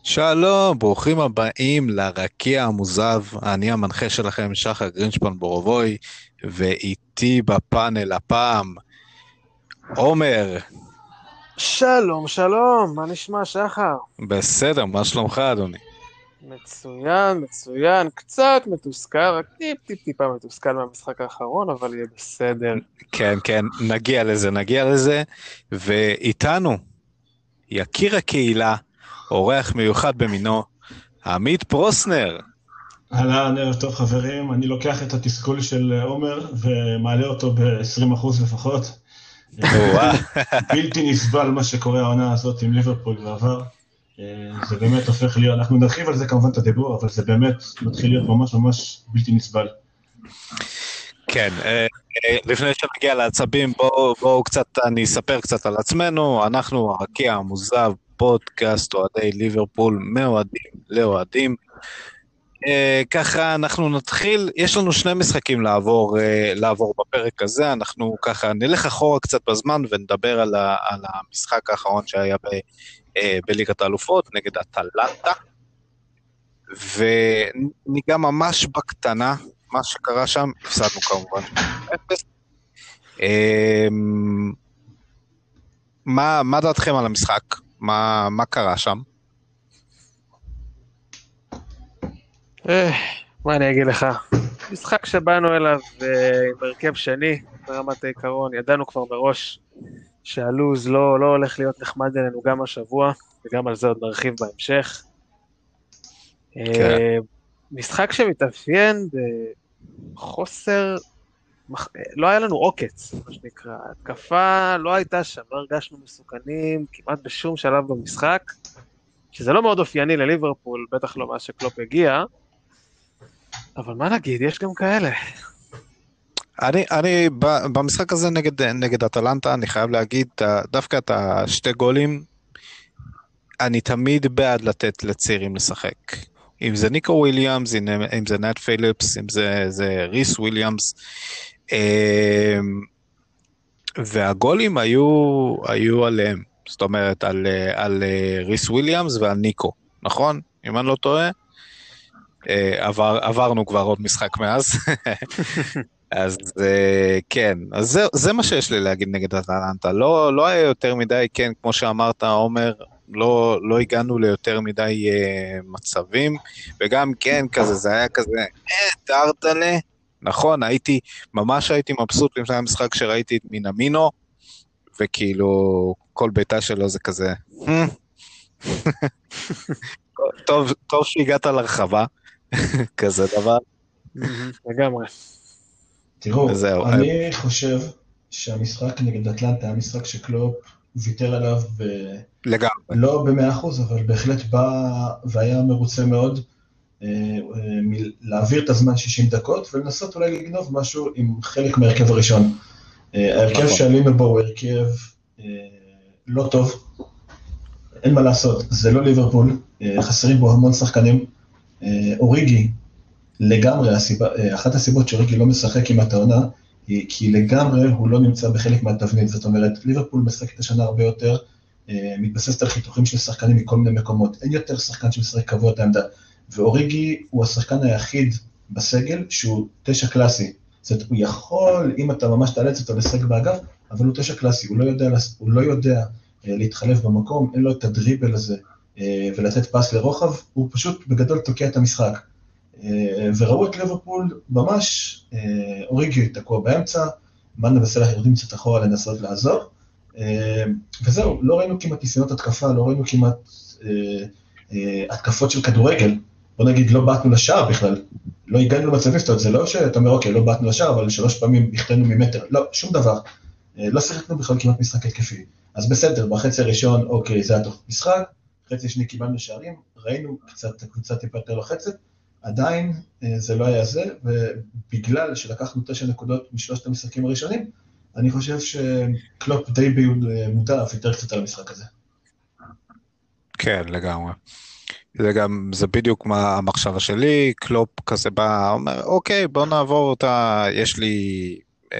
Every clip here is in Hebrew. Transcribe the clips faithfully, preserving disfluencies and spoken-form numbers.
שלום, ברוכים הבאים לרקיע המוזב. אני המנחה שלכם, שחר גרינשפן בורובוי, ואיתי בפאנל הפעם, עומר. שלום, שלום, מה נשמע, שחר? בסדר, מה שלומך, אדוני? מצוין, מצוין, קצת מתוסכל, רק טיפ טיפ טיפה מתוסכל מהמשחק האחרון, אבל יהיה בסדר. כן, כן, נגיע לזה, נגיע לזה. ואיתנו, יקיר הקהילה, אורח מיוחד במינו, עמית פרוסנר. אהלן, ערב טוב חברים, אני לוקח את התסכול של עומר ומעלה אותו ב-עשרים אחוז לפחות. או-אה. בל, בלתי נסבל מה שקורה העונה הזאת עם ליברפול בעבר. זה באמת הופך להיות, אנחנו נרחיב על זה כמובן את הדיבור, אבל זה באמת מתחיל להיות ממש ממש בלתי נסבל. כן, אה, אה, לפני שנגיע לעצבים, בואו בוא קצת, אני אספר קצת על עצמנו. אנחנו הרקיע המוזב, פודקאסט אוהדי ליברפול, מאוהדים לאוהדים. אה, ככה אנחנו נתחיל, יש לנו שני משחקים לעבור, אה, לעבור בפרק הזה. אנחנו ככה נלך אחורה קצת בזמן ונדבר על, ה, על המשחק האחרון שהיה ב, אה, בליגת האלופות נגד אטלנטה, וניגע ממש בקטנה מה שקרה שם. הפסדנו כמובן אפס. אמ, מה, מה דעתכם על המשחק? מה, מה קרה שם? אה, מה אני אגיד לך? משחק שבאנו אליו אה, עם הרכב שני, ברמת העיקרון, ידענו כבר מראש שהלוז לא, לא הולך להיות נחמד אלינו גם השבוע, וגם על זה עוד נרחיב בהמשך. כן. אה, משחק שמתאפיין בחוסר, מח- לא היה לנו עוקץ, מה שנקרא, התקפה לא הייתה שם, לא הרגשנו מסוכנים כמעט בשום שלב במשחק, שזה לא מאוד אופייני לליברפול, בטח לא מאז שקלופ הגיע, אבל מה נגיד, יש גם כאלה. אני, אני ב- במשחק הזה נגד, נגד אטלנטה, אני חייב להגיד, אה, דווקא את השתי גולים, אני תמיד בעד לתת לצעירים לשחק. אם זה ניקו וויליאמס, אם, אם זה נאט פיליפס, אם זה, זה ריס וויליאמס, אמ, והגולים היו, היו עליהם. זאת אומרת, על, אה, על אה, ריס וויליאמס ועל ניקו, נכון? אם אני לא טועה. אה, עבר, עברנו כבר עוד משחק מאז. אז אה, כן, אז זה, זה מה שיש לי להגיד נגד אטלנטה. לא, לא היה יותר מדי, כן, כמו שאמרת, עומר, לא, לא הגענו ליותר מדי אה, מצבים, וגם כן, כזה, זה היה כזה, אה, דרדלה, נכון, הייתי, ממש הייתי מבסוט לפני המשחק שראיתי את מינמינו, וכאילו, כל ביתה שלו זה כזה, "אה, טוב, טוב שהגעת לרחבה, כזה דבר, מהמם, לגמרי. תראו, וזהו, אה, אני חושב שהמשחק נגד אטלנטה היה משחק שקלופ ויתר עליו לגמרי, לא במאה אחוז, אבל בהחלט בא והיה מרוצה מאוד אה, אה, מלהעביר את הזמן שישים דקות ולנסות אולי לגנוב משהו עם חלק מהרכב הראשון. אה, ההרכב נכון, שעלינו בו הוא הרכב אה, לא טוב, אין מה לעשות, זה לא ליברפול, אה, חסרים בו המון שחקנים. אה, אוריגי, לגמרי, הסיבה, אה, אחת הסיבות שאוריגי לא משחק כמעט העונה, היא כי לגמרי הוא לא נמצא בחלק מהתבנית, זאת אומרת, ליברפול משחקת השנה הרבה יותר, אה, מתבססת על חיתוכים של שחקנים מכל מיני מקומות, אין יותר שחקן שמשחק קבוע את העמדה, ואוריגי הוא השחקן היחיד בסגל שהוא תשע קלאסי, זאת אומרת, הוא יכול, אם אתה ממש תאלץ אותו לשחק באגף, אבל הוא תשע קלאסי, הוא לא יודע, הוא לא יודע אה, להתחלף במקום, אין לו את הדריבל הזה, אה, ולתת פס לרוחב, הוא פשוט בגדול תוקע את המשחק. אה, וראו את ליברפול ממש, אה, אוריגי תקוע באמצע, מנה וסלח יורדים קצת אחורה לנסות לעזור, אה, וזהו, לא ראינו כמעט ניסיונות התקפה, לא ראינו כמעט אה, אה, התקפות של כדורגל, בוא נגיד לא באתנו לשער בכלל, לא הגענו למצבים, זאת אומרת, זה לא שאתה אומר, אוקיי, לא באתנו לשער, אבל שלוש פעמים בכתנו ממטר, לא, שום דבר, אה, לא שיחקנו בכלל כמעט משחק התקפי, אז בסדר, בחצי הראשון, אוקיי, זה היה תוך משחק, חצי שני קיבלנו שערים, ראינו קצת, קבוצה טיפה יותר לוחצת, עדיין אה, זה לא היה זה, ובגלל שלקחנו תשע נקודות משלושת המשחקים הראשונים, אני חושב שקלופ די במודע ויתר קצת על המשחק הזה. כן, לגמרי. זה גם, זה בדיוק מה המחשבה שלי. קלופ כזה בא, אומר, אוקיי, בוא נעבור אותה, יש לי, אה,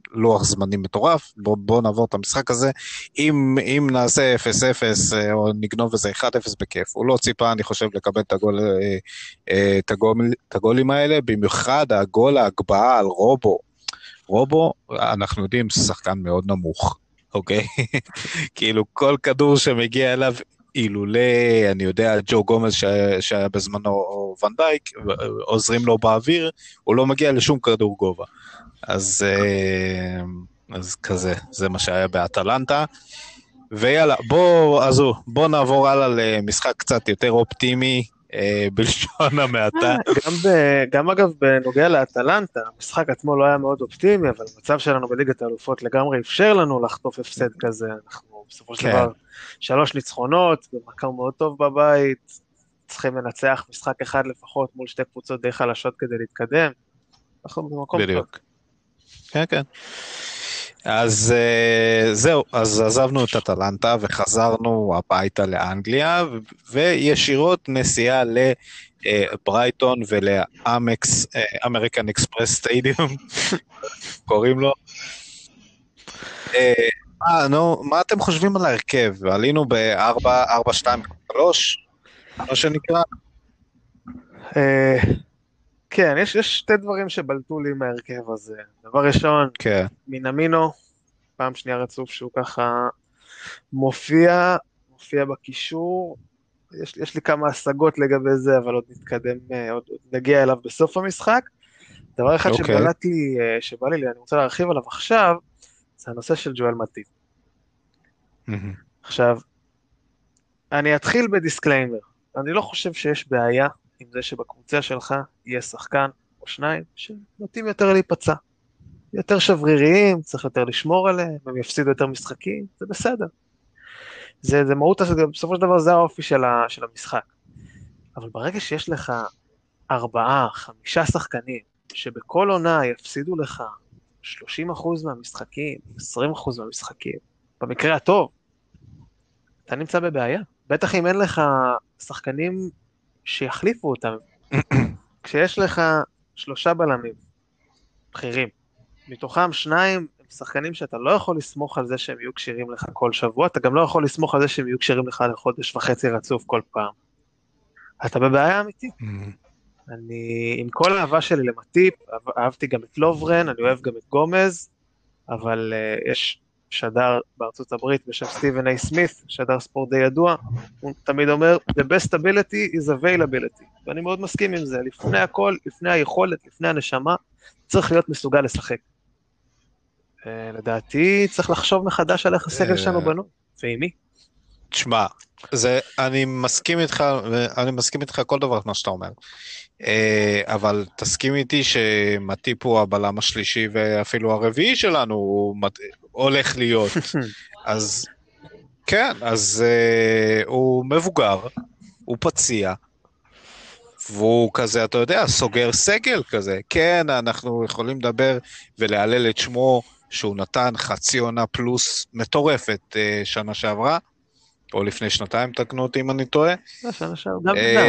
לוח זמנים מטורף, בוא, בוא נעבור את המשחק הזה, אם, אם נעשה אפס אפס או נגנוב איזה אחד אפס בכיף, הוא לא ציפה, אני חושב, לקבל את, הגול, את, הגול, את הגולים האלה, במיוחד הגול ההגבהה על רובו, רובו, אנחנו יודעים, זה שחקן מאוד נמוך, אוקיי? כאילו כל כדור שמגיע אליו, אילולא, אני יודע, ג'ו גומז שהיה, שהיה בזמנו, או ונדייק, עוזרים לו באוויר, הוא לא מגיע לשום כדור גובה. אז, אז כזה, זה מה שהיה באטלנטה. ויאללה, בוא, עזו, בוא נעבור הלאה למשחק קצת יותר אופטימי, בלשון המעטה. גם, ב, גם אגב בנוגע לאטלנטה, המשחק עצמו לא היה מאוד אופטימי, אבל המצב שלנו בליגת האלופות לגמרי אפשר לנו לחטוף הפסד כזה, אנחנו בסופו של דבר שלוש ניצחונות, במקום מאוד טוב בבית, צריכים לנצח משחק אחד לפחות מול שתי קבוצות די חלשות כדי להתקדם, אנחנו במקום טוב. כן, כן. אז זהו, אז עזבנו את אטלנטה וחזרנו הביתה לאנגליה, וישירות נסיעה לברייטון ולאמקס, אמריקן אקספרס סטדיום, קוראים לו. אה, נו, מה אתם חושבים על ההרכב? עלינו ב-ארבע ארבע שתיים שלוש, מה שנקרא? כן, יש, יש שתי דברים שבלטו לי מהרכב הזה. דבר ראשון, כן. מינמינו, פעם שנייה רצוף שהוא ככה מופיע, מופיע בקישור. יש, יש לי כמה השגות לגבי זה, אבל עוד נתקדם, עוד, עוד נגיע אליו בסוף המשחק. דבר אחד אוקיי. שבלט לי, שבא לי, אני רוצה להרחיב עליו עכשיו, זה הנושא של ג'ואל מטיפ. Mm-hmm. עכשיו, אני אתחיל בדיסקליימר. אני לא חושב שיש בעיה עם זה שבקבוצה שלך יהיה שחקן או שניים שנוטים יותר להיפצע. יותר שבריריים, צריך יותר לשמור עליהם, הם יפסידו יותר משחקים, זה בסדר. זה, זה מהות, בסופו של דבר זה האופי של, ה, של המשחק. אבל ברגע שיש לך ארבעה, חמישה שחקנים, שבכל עונה יפסידו לך שלושים אחוז מהמשחקים, עשרים אחוז מהמשחקים, במקרה הטוב, אתה נמצא בבעיה. בטח אם אין לך שחקנים שיחליפו אותם. כשיש לך שלושה בלמים בכירים, מתוכם שניים הם שחקנים שאתה לא יכול לסמוך על זה שהם יהיו קשירים לך כל שבוע, אתה גם לא יכול לסמוך על זה שהם יהיו קשירים לך לחודש וחצי רצוף כל פעם. אתה בבעיה אמיתית. אני, עם כל האהבה שלי למטיפ, אהבתי גם את לוברן, אני אוהב גם את גומז, אבל uh, יש שדר בארצות הברית בשם סטיבן איי סמית, שדר ספורט די ידוע, הוא תמיד אומר, the best ability is availability, ואני מאוד מסכים עם זה, לפני הכל, לפני היכולת, לפני הנשמה, צריך להיות מסוגל לשחק. Uh, לדעתי צריך לחשוב מחדש על איך הסגל שלנו בנו, ועם מי? תשמע, זה, אני מסכים איתך, אני מסכים איתך כל דבר מה שאתה אומר, אבל תסכים איתי שמטיפ הוא הבלם השלישי ואפילו הרביעי שלנו הוא הולך להיות, אז כן, אז הוא מבוגר, הוא פציע, והוא כזה, אתה יודע, סוגר סגל כזה, כן, אנחנו יכולים לדבר ולהלל את שמו שהוא נתן חצי עונה פלוס מטורפת שנה שעברה, או לפני שנתיים, תקנו אותי אם אני טועה. לא, שנה שעברה, גם בגלל.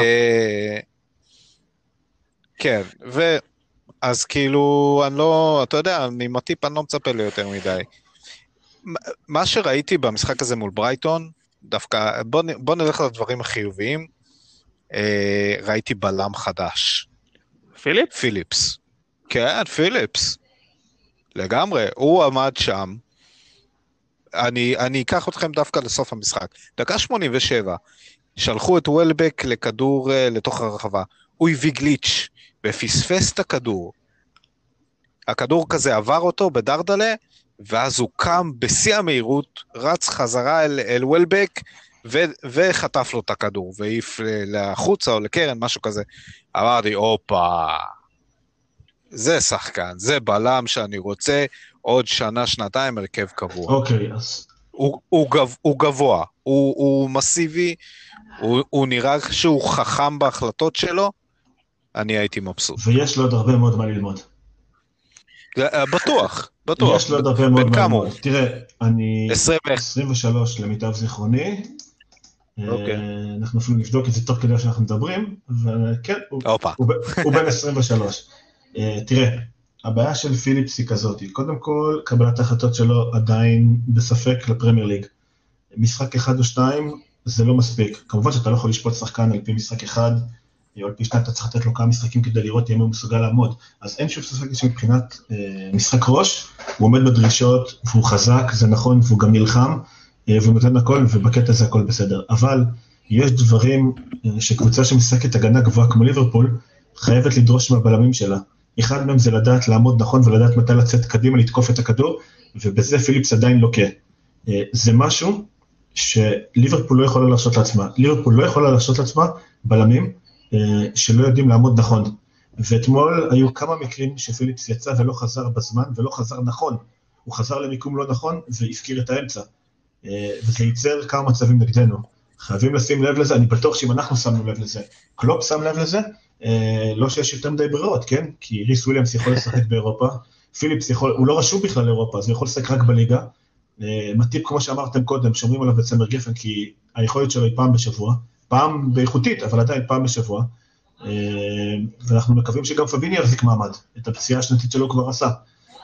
כן, ואז כאילו, אני לא, אתה יודע, ממטיפ אני לא מצפה לי יותר מדי. מה שראיתי במשחק הזה מול ברייטון, דווקא, בוא, בוא נלך לדברים החיוביים, ראיתי בלם חדש. פיליפס? פיליפס. כן, פיליפס. לגמרי, הוא עמד שם, אני, אני אקח אתכם דווקא לסוף המשחק. דקה שמונים ושבע, שלחו את וולבק לכדור לתוך הרחבה. הוא הביא גליץ' ופספס את הכדור. הכדור כזה עבר אותו בדרדלה, ואז הוא קם בשיא המהירות, רץ חזרה אל, אל וולבק, ו, וחטף לו את הכדור, והעיף לחוצה או לקרן, משהו כזה. אמרתי, אופה, זה שחקן, זה בלם שאני רוצה, עוד שנה, שנתיים, הרכב קבוע. אוקיי, אז... הוא, הוא, גב, הוא גבוה, הוא, הוא מסיבי, הוא, הוא נראה שהוא חכם בהחלטות שלו, אני הייתי מבסוט. ויש לו עוד הרבה מאוד מה ללמוד. בטוח, בטוח. יש לו עוד הרבה מאוד מה ללמוד. תראה, אני עשרים ושלוש למיטב זיכרוני, אנחנו אפילו נבדוק את זה תוך כדי שאנחנו מדברים, וכן, הוא בן עשרים ושלוש. תראה, הבעיה של פיליפס היא כזאת, קודם כל, קבלת ההחלטות שלו עדיין בספק לפרמייר ליג. משחק אחד או שניים, זה לא מספיק. כמובן שאתה לא יכול לשפוט שחקן על פי משחק אחד, או על פי שניים אתה צריך לתת לו כמה משחקים כדי לראות אם הוא מסוגל לעמוד. אז אין שוב ספק שמבחינת אה, משחק ראש, הוא עומד בדרישות, והוא חזק, זה נכון, והוא גם נלחם, אה, והוא נותן הכל, ובקטע זה הכל בסדר. אבל יש דברים אה, שקבוצה שמשחקת הגנה גבוהה כמו ליברפול, חייבת לדרוש מהבלמים שלה. אחד מהם זה לדעת לעמוד נכון, ולדעת מתי לצאת קדימה, לתקוף את הכדור, ובזה פיליפס עדיין לוקה. אה, זה משהו שליברפול לא יכולה להרשות לעצמה. ליברפול לא יכולה להרשות לעצמה בלמים, שלא יודעים לעמוד נכון. ואתמול היו כמה מקרים שפיליפס יצא ולא חזר בזמן, ולא חזר נכון. הוא חזר למיקום לא נכון, והפקיר את האמצע. וזה ייצר כמה מצבים נגדנו. חייבים לשים לב לזה, אני בטוח שאם אנחנו שמנו לב לזה, קלופ שם לב לזה, לא שיש יותר מדי ברירות, כן? כי ריס וויליאמס יכול לשחק באירופה, פיליפס יכול, הוא לא רשום בכלל לאירופה, אז הוא יכול לשחק רק בליגה. מטיפ, כמו שאמרתם קודם, שומרים עליו בצמר גפן, כי היכולת שלו היא פעם בשבוע, פעם באיכותית, אבל עדיין פעם בשבוע, ואנחנו מקווים שגם פביני יחזיק מעמד, את הפציעה השנתית שלו כבר עשה.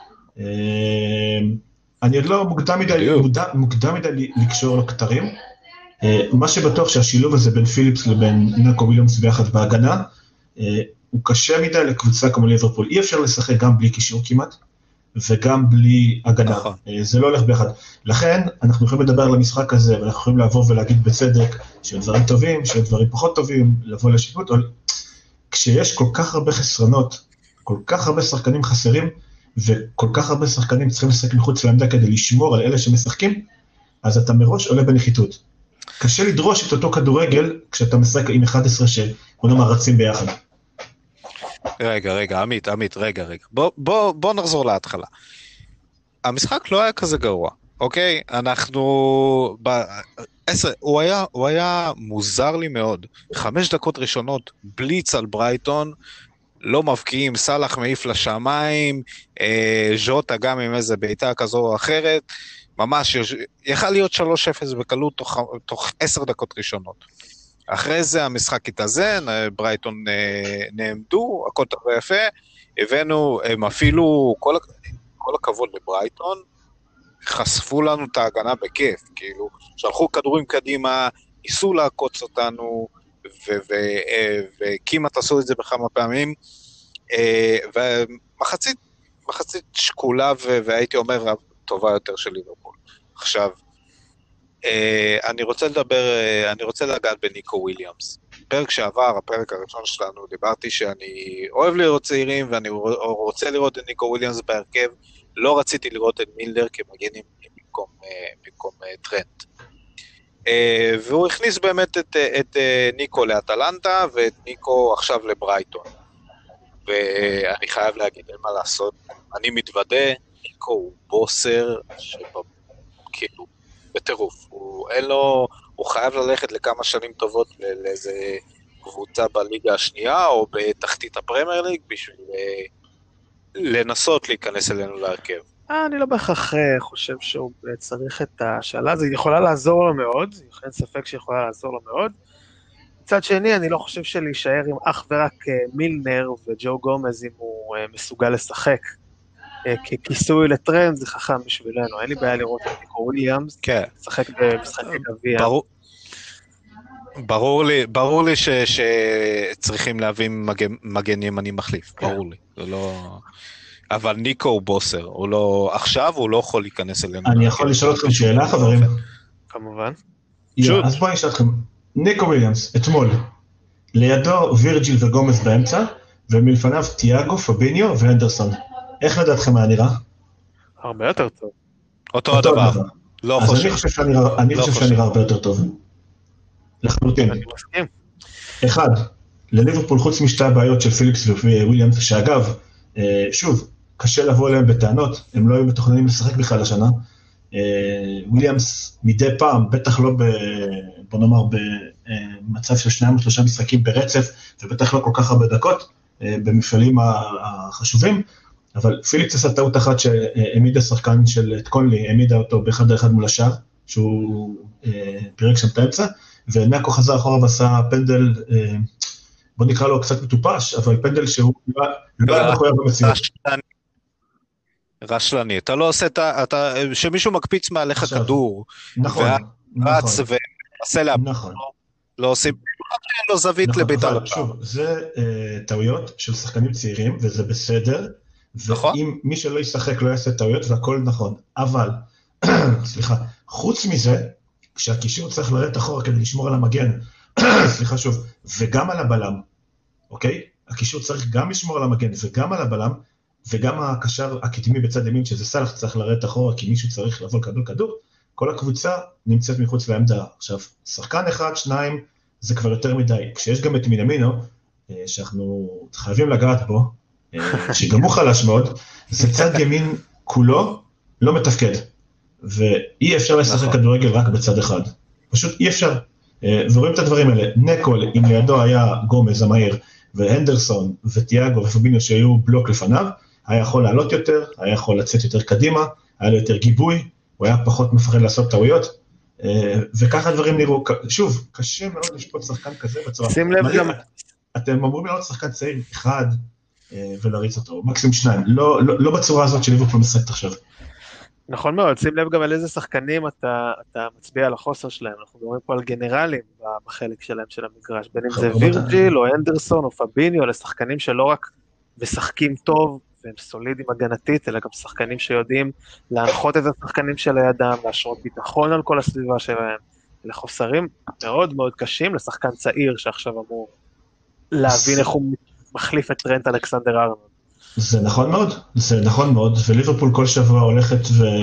אני עוד לא מוקדם מדי, מוקדם מדי לקשור לו כתרים, מה שבטוח שהשילוב הזה בין פיליפס לבין ניקו וויליאמס ביחד בהגנה, הוא קשה מדי לקבוצה כמו ליברפול, אי אפשר לשחק גם בלי קישור כמעט, וגם בלי הגנה, נכון. זה לא הולך ביחד. לכן, אנחנו יכולים לדבר על המשחק הזה, ואנחנו יכולים לעבור ולהגיד בצדק, שיש דברים טובים, שיש דברים פחות טובים, לבוא לשיפוט, אבל כשיש כל כך הרבה חסרונות, כל כך הרבה שחקנים חסרים, וכל כך הרבה שחקנים צריכים לשחק מחוץ לעמדה כדי לשמור על אלה שמשחקים, אז אתה מראש עולה בנחיתות. קשה לדרוש את אותו כדורגל, כשאתה משחק עם אחד עשר שבוא נאמר רצים ביחד. רגע, רגע, עמית, עמית, רגע, רגע. בוא, בוא, בוא נחזור להתחלה. המשחק לא היה כזה גרוע, אוקיי? אנחנו... ב... עשר, הוא היה, הוא היה מוזר לי מאוד. חמש דקות ראשונות, בליץ על ברייטון, לא מבקיעים, סלח מעיף לשמיים, אה, ז'וטה גם עם איזה בעיטה כזו או אחרת, ממש, יכל להיות שלוש אפס בקלות תוך, תוך עשר דקות ראשונות. אחרי זה המשחק התאזן, ברייטון נעמדו, הכל טוב ויפה, הבאנו, הם אפילו, כל, כל הכבוד לברייטון, חשפו לנו את ההגנה בכיף, כאילו, שלחו כדורים קדימה, ניסו לעקוץ אותנו, וכמעט עשו את זה בכמה פעמים, ומחצית, מחצית שקולה, והייתי אומר, טובה יותר של ליברפול. עכשיו, אני רוצה לדבר, אני רוצה לגעת בניקו וויליאמס. פרק שעבר, הפרק הראשון שלנו, דיברתי שאני אוהב לראות צעירים, ואני רוצה לראות את ניקו וויליאמס בהרכב, לא רציתי לראות את מילדר כמגנים במקום, במקום טרנט. והוא הכניס באמת את, את ניקו לאטלנטה, ואת ניקו עכשיו לברייטון. ואני חייב להגיד, אין מה לעשות, אני מתוודה, ניקו הוא בוסר, כאילו, בטירוף, הוא, אין לו, הוא חייב ללכת לכמה שנים טובות לאיזה קבוצה בליגה השנייה, או בתחתית הפרמייר ליג, בשביל לנסות להיכנס אלינו להרכב. אני לא בהכרח חושב שהוא צריך את השאלה, זה יכולה לעזור לו מאוד, אין ספק שיכולה לעזור לו מאוד. מצד שני, אני לא חושב שלהישאר עם אך ורק מילנר וג'ו גומז, אם הוא מסוגל לשחק, ככיסוי לטרנד, זה חכם בשבילנו. אין לי בעיה לראות את ניקו וויליאמס, לשחק במשחק גביע. ברור לי, ברור לי שצריכים להביא מגן ימני מחליף, ברור לי. זה לא... אבל ניקו הוא בוסר, הוא לא... עכשיו הוא לא יכול להיכנס אלינו. אני יכול לשאול אתכם שאלה, חברים? כמובן. אז בואו נשאל אתכם. ניקו וויליאמס, אתמול, לידו וירג'יל וגומז באמצע, ומלפניו תיאגו, פביניו ואנדרסון. איך לדעתכם היה נראה? הרבה יותר טוב. אותו הדבר. לא חושב. אז אני חושב שאני נראה הרבה יותר טוב. לחלוטין. אני מסכים. אחד, לליברפול חוץ משתי הבעיות של פיליפס וויליאמס, שאגב, שוב, קשה לבוא אליהם בטענות, הם לא היו מתוכננים לשחק בכלל השנה. וויליאמס מדי פעם, בטח לא, בוא נאמר, במצב של שניים או שלושה משחקים ברצף, ובטח לא כל כך הרבה דקות, במפעלים החשובים, אבל פיליפס עשה טעות אחת שהעמידה שחקן של קונלי, העמידה אותו באחד אחד מול השאר, שהוא פירק שם את האמצע, ונאקו חזר אחורה ועשה פנדל, בוא נקרא לו קצת מטופש, אבל פנדל שהוא לא היה מחויב במציאות. רשלני, אתה לא עושה את ה... אתה, שמישהו מקפיץ מעליך עכשיו, כדור, נכון, נכון, ורץ ומנסה להפיל, נכון, לא עושים, אין לו זווית נכון, לביתה אבל לפעם, שוב, זה אה, טעויות של שחקנים צעירים, וזה בסדר, נכון? ואם מי שלא ישחק לא יעשה טעויות, והכל נכון, אבל, סליחה, חוץ מזה, כשהקישור צריך לרדת אחורה כדי לשמור על המגן, סליחה שוב, וגם על הבלם, אוקיי? הקישור צריך גם לשמור על המגן וגם על הבלם, וגם הקשר הקדמי בצד ימין, שזה סלח, צריך לרדת אחורה, כי מישהו צריך לבוא לקבל כדור, כל הקבוצה נמצאת מחוץ לעמדה. עכשיו, שחקן אחד, שניים, זה כבר יותר מדי. כשיש גם את מינימינו, שאנחנו חייבים לגעת בו, שגם הוא חלש מאוד, זה צד ימין כולו לא מתפקד, ואי אפשר לשחק כדורגל רק בצד אחד. פשוט אי אפשר. ורואים את הדברים האלה. נקול, אם לידו היה גומז המהיר, והנדרסון וטיאגו ופביניו שהיו בלוק לפניו, היה יכול לעלות יותר, היה יכול לצאת יותר קדימה, היה לו יותר גיבוי, הוא היה פחות מפחד לעשות טעויות, וככה הדברים נראו. שוב, קשה מאוד לשפוט שחקן כזה בצורה. שים לב גם... אתם אמורים לעלות שחקן צעיר אחד ולהריץ אותו, מקסימום שניים, לא, לא, לא בצורה הזאת של ליברפול משחקת עכשיו. נכון מאוד, שים לב גם על איזה שחקנים אתה, אתה מצביע על החוסר שלהם, אנחנו מדברים פה על גנרלים בחלק שלהם של המגרש, בין אם זה וירג'יל או אנדרסון או פביניו, אלה שחקנים שלא רק משחקים טוב והם סולידים הגנתית, אלא גם שחקנים שיודעים להנחות את השחקנים של הידם, להשרות ביטחון על כל הסביבה שלהם, אלה חוסרים מאוד מאוד קשים לשחקן צעיר שעכשיו אמור להבין איך הוא מחליף את טרנט אלכסנדר ארנולד. זה נכון מאוד, זה נכון מאוד, וליברפול כל שבוע הולכת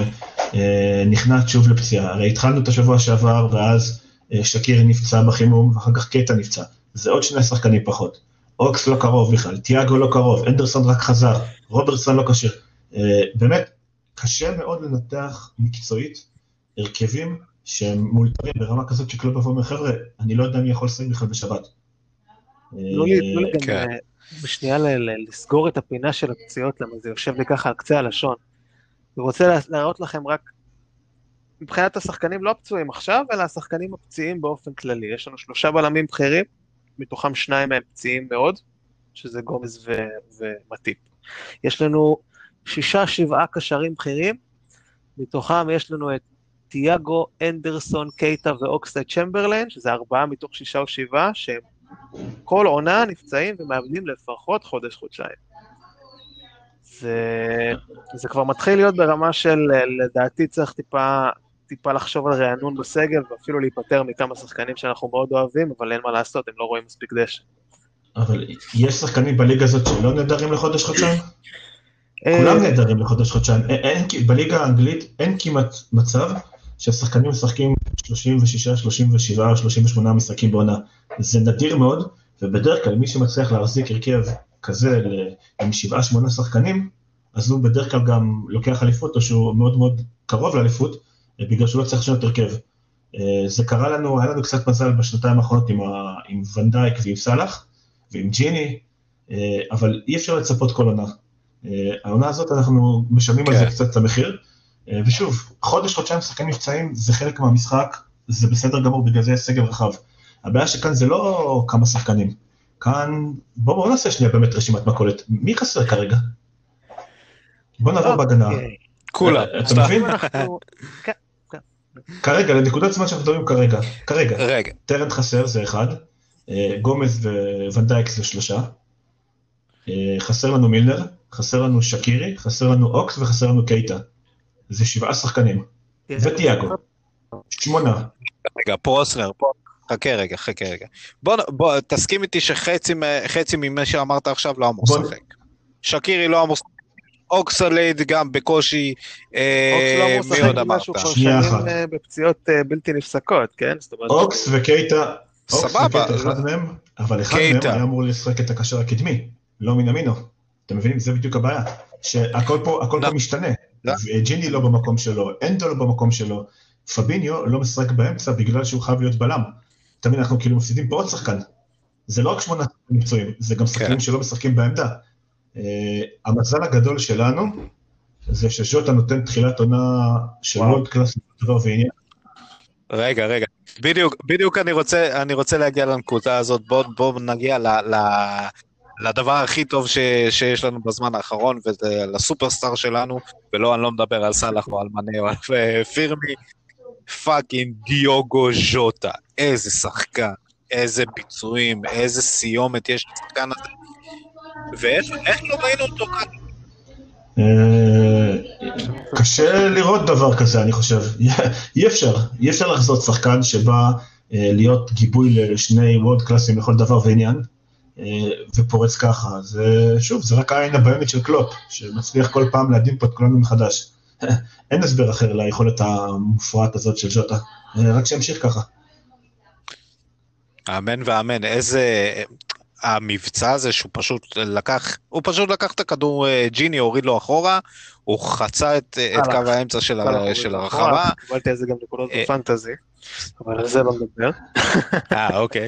ונכנעת שוב לפציעה. הרי התחלנו את השבוע שעבר, ואז שקירי נפצע בחימום, ואחר כך קייטה נפצע. זה עוד שני שחקנים פחות. אוקס לא קרוב בכלל, טיאגו לא קרוב, אנדרסון רק חזר, רוברטסון לא קשר. באמת, קשה מאוד לנתח מקצועית הרכבים שהם מולתרים ברמה כזאת שקלוב בבוא מחבר'ה, אני לא יודע מי יכול לשחק בכלל בשבת. לא לי, לא לי גם... בשנייה לסגור את הפינה של הפציעות, למה זה יושב לי ככה על קצה הלשון. אני רוצה להראות לכם רק, מבחינת השחקנים לא הפצועים עכשיו, אלא השחקנים הפציעים באופן כללי. יש לנו שלושה בלמים בכירים, מתוכם שניים מהם פציעים מאוד, שזה גומז ומטיפ. יש לנו שישה, שבעה קשרים בכירים, מתוכם יש לנו את טיאגו, אנדרסון, קייטה ואוקסלייד צ'מברליין, שזה ארבעה מתוך שישה או שבעה, שהם כל עונה נפצעים ומאבדים לפחות חודש, חודשיים. זה, זה כבר מתחיל להיות ברמה של, לדעתי צריך טיפה, טיפה לחשוב על רענון בסגל, ואפילו להיפטר מכמה שחקנים שאנחנו מאוד אוהבים, אבל אין מה לעשות, הם לא רואים מספיק דשא. אבל יש שחקנים בליגה הזאת שלא נהדרים לחודש, חודשיים? כולם נהדרים לחודש, חודשיים. בליגה האנגלית אין כמעט מצב שהשחקנים משחקים שלושים ושש, שלושים ושבע, שלושים ושמונה משחקים בעונה. זה נדיר מאוד, ובדרך כלל מי שמצליח להחזיק הרכב כזה עם שבעה, שמונה שחקנים, אז הוא בדרך כלל גם לוקח אליפות, או שהוא מאוד מאוד קרוב לאליפות, בגלל שהוא לא צריך לשנות הרכב. זה קרה לנו, היה לנו קצת מזל בשנתיים האחרונות עם, ה, עם ונדייק ועם סלח, ועם ג'יני, אבל אי אפשר לצפות כל עונה. העונה הזאת אנחנו משלמים על זה קצת את המחיר, ושוב, חודש, חודשיים שחקנים מבצעים, זה חלק מהמשחק, זה בסדר גמור, בגלל זה יש סגל רחב. הבעיה שכאן זה לא כמה שחקנים, כאן, בואו בוא נעשה שנייה באמת רשימת מכולת, מי חסר כרגע? בוא נעבור בהגנה. כולה. אתה מבין? כרגע, לנקודת זמן שאנחנו מדברים כרגע, כרגע, טרנט חסר זה אחד, גומז וונדייק זה שלושה, חסר לנו מילנר, חסר לנו שקירי, חסר לנו אוקס וחסר לנו קייטה. זה שבעה שחקנים. וטיאגו. שמונה. רגע, פרוסנר, חכה רגע, חכה רגע. בוא, בוא, תסכים איתי שחצי ממה שאמרת עכשיו לא אמור לשחק. שקירי לא אמור לשחק. אוקסלייד גם בקושי, מי עוד אמרת? שנייה אחת. בפציעות בלתי נפסקות, כן? אוקס וקייטה, אוקס וקייטה אחד מהם, אבל אחד מהם היה אמור לשחק את הקשר הקדמי, לא מינימינו. אתם מבינים? זה בדיוק הבעיה. שהכל פה, הכל פה משתנה. ג'יני לא במקום שלו, אנדו לא במקום שלו, פביניו לא משחק באמצע בגלל שהוא חייב להיות בלם. תמיד אנחנו כאילו מפסידים פה עוד שחקן. זה לא רק שמונה מקצועים, זה גם שחקנים שלא משחקים בעמדה. המזל הגדול שלנו, זה שז'וטה נותן תחילת עונה של וולד קלאס דבר ועניין. רגע, רגע. בדיוק, בדיוק אני רוצה, אני רוצה להגיע לנקודה הזאת, בוא, בוא נגיע ל, ל, לדבר הכי טוב ש, שיש לנו בזמן האחרון, וזה לסופרסטאר שלנו, ולא, אני לא מדבר על סלאח או על מנה או על פירמי, פאקינג דיוגו ז'וטה, איזה שחקן, איזה ביצועים, איזה סיומת יש לשחקן הזה, ואיך לא ראינו אותו כאן? קשה לראות דבר כזה, אני חושב. אי אפשר, אי אפשר לחזות שחקן שבא להיות גיבוי לשני וורד קלאסים לכל דבר ועניין, ופורץ ככה. זה, שוב, זה רק העין הבאמת של קלופ, שמצליח כל פעם להדהים פה את כולנו מחדש. אין הסבר אחר ליכולת המופרעת הזאת של ז'וטה, רק שימשיך ככה. אמן ואמן, איזה... המבצע הזה שהוא פשוט לקח, הוא פשוט לקח את הכדור, ג'יני הוריד לו אחורה, הוא חצה את, את קו האמצע של, של הרחבה. קיבלתי על זה גם נקודות בפנטזי, אבל על זה לא מדבר. אה, אוקיי.